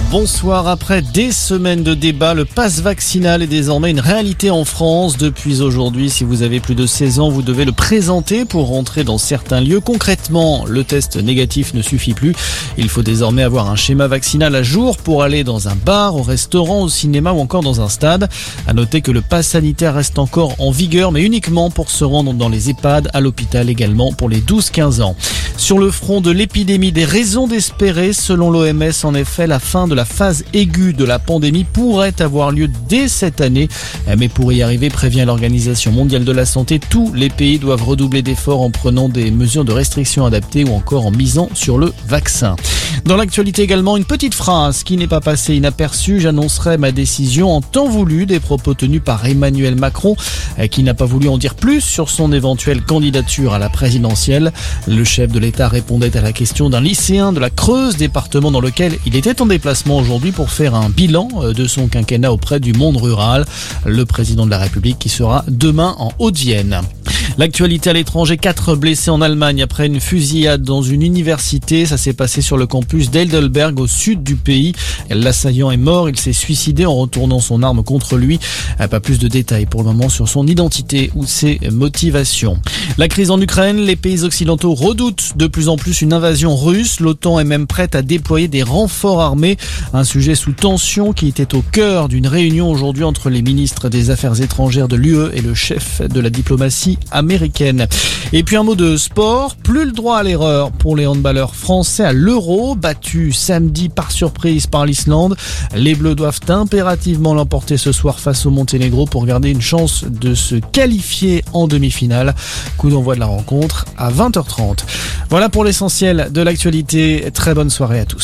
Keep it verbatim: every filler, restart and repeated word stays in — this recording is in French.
Bonsoir. Après des semaines de débat, le pass vaccinal est désormais une réalité en France. Depuis aujourd'hui, si vous avez plus de seize ans, vous devez le présenter pour rentrer dans certains lieux. Concrètement, le test négatif ne suffit plus. Il faut désormais avoir un schéma vaccinal à jour pour aller dans un bar, au restaurant, au cinéma ou encore dans un stade. À noter que le pass sanitaire reste encore en vigueur, mais uniquement pour se rendre dans les EHPAD, à l'hôpital également pour les douze quinze ans. Sur le front de l'épidémie, des raisons d'espérer. Selon l'O M S, en effet, la fin de la phase aiguë de la pandémie pourrait avoir lieu dès cette année. Mais pour y arriver, prévient l'Organisation mondiale de la santé, tous les pays doivent redoubler d'efforts en prenant des mesures de restriction adaptées ou encore en misant sur le vaccin. Dans l'actualité également, une petite phrase qui n'est pas passée inaperçue. J'annoncerai ma décision en temps voulu, des propos tenus par Emmanuel Macron, qui n'a pas voulu en dire plus sur son éventuelle candidature à la présidentielle. Le chef de l'État répondait à la question d'un lycéen de la Creuse, département dans lequel il était en déplacement aujourd'hui pour faire un bilan de son quinquennat auprès du monde rural. Le président de la République qui sera demain en Haute-Vienne. L'actualité à l'étranger, quatre blessés en Allemagne après une fusillade dans une université. Ça s'est passé sur le campus d'Heidelberg au sud du pays. L'assaillant est mort, il s'est suicidé en retournant son arme contre lui. Pas plus de détails pour le moment sur son identité ou ses motivations. La crise en Ukraine, les pays occidentaux redoutent de plus en plus une invasion russe. L'OTAN est même prête à déployer des renforts armés. Un sujet sous tension qui était au cœur d'une réunion aujourd'hui entre les ministres des Affaires étrangères de l'U E et le chef de la diplomatie américaine. Et puis un mot de sport, plus le droit à l'erreur pour les handballeurs français à l'Euro, battus samedi par surprise par l'Islande. Les Bleus doivent impérativement l'emporter ce soir face au Monténégro pour garder une chance de se qualifier en demi-finale. Coup d'envoi de la rencontre à vingt heures trente. Voilà pour l'essentiel de l'actualité. Très bonne soirée à tous.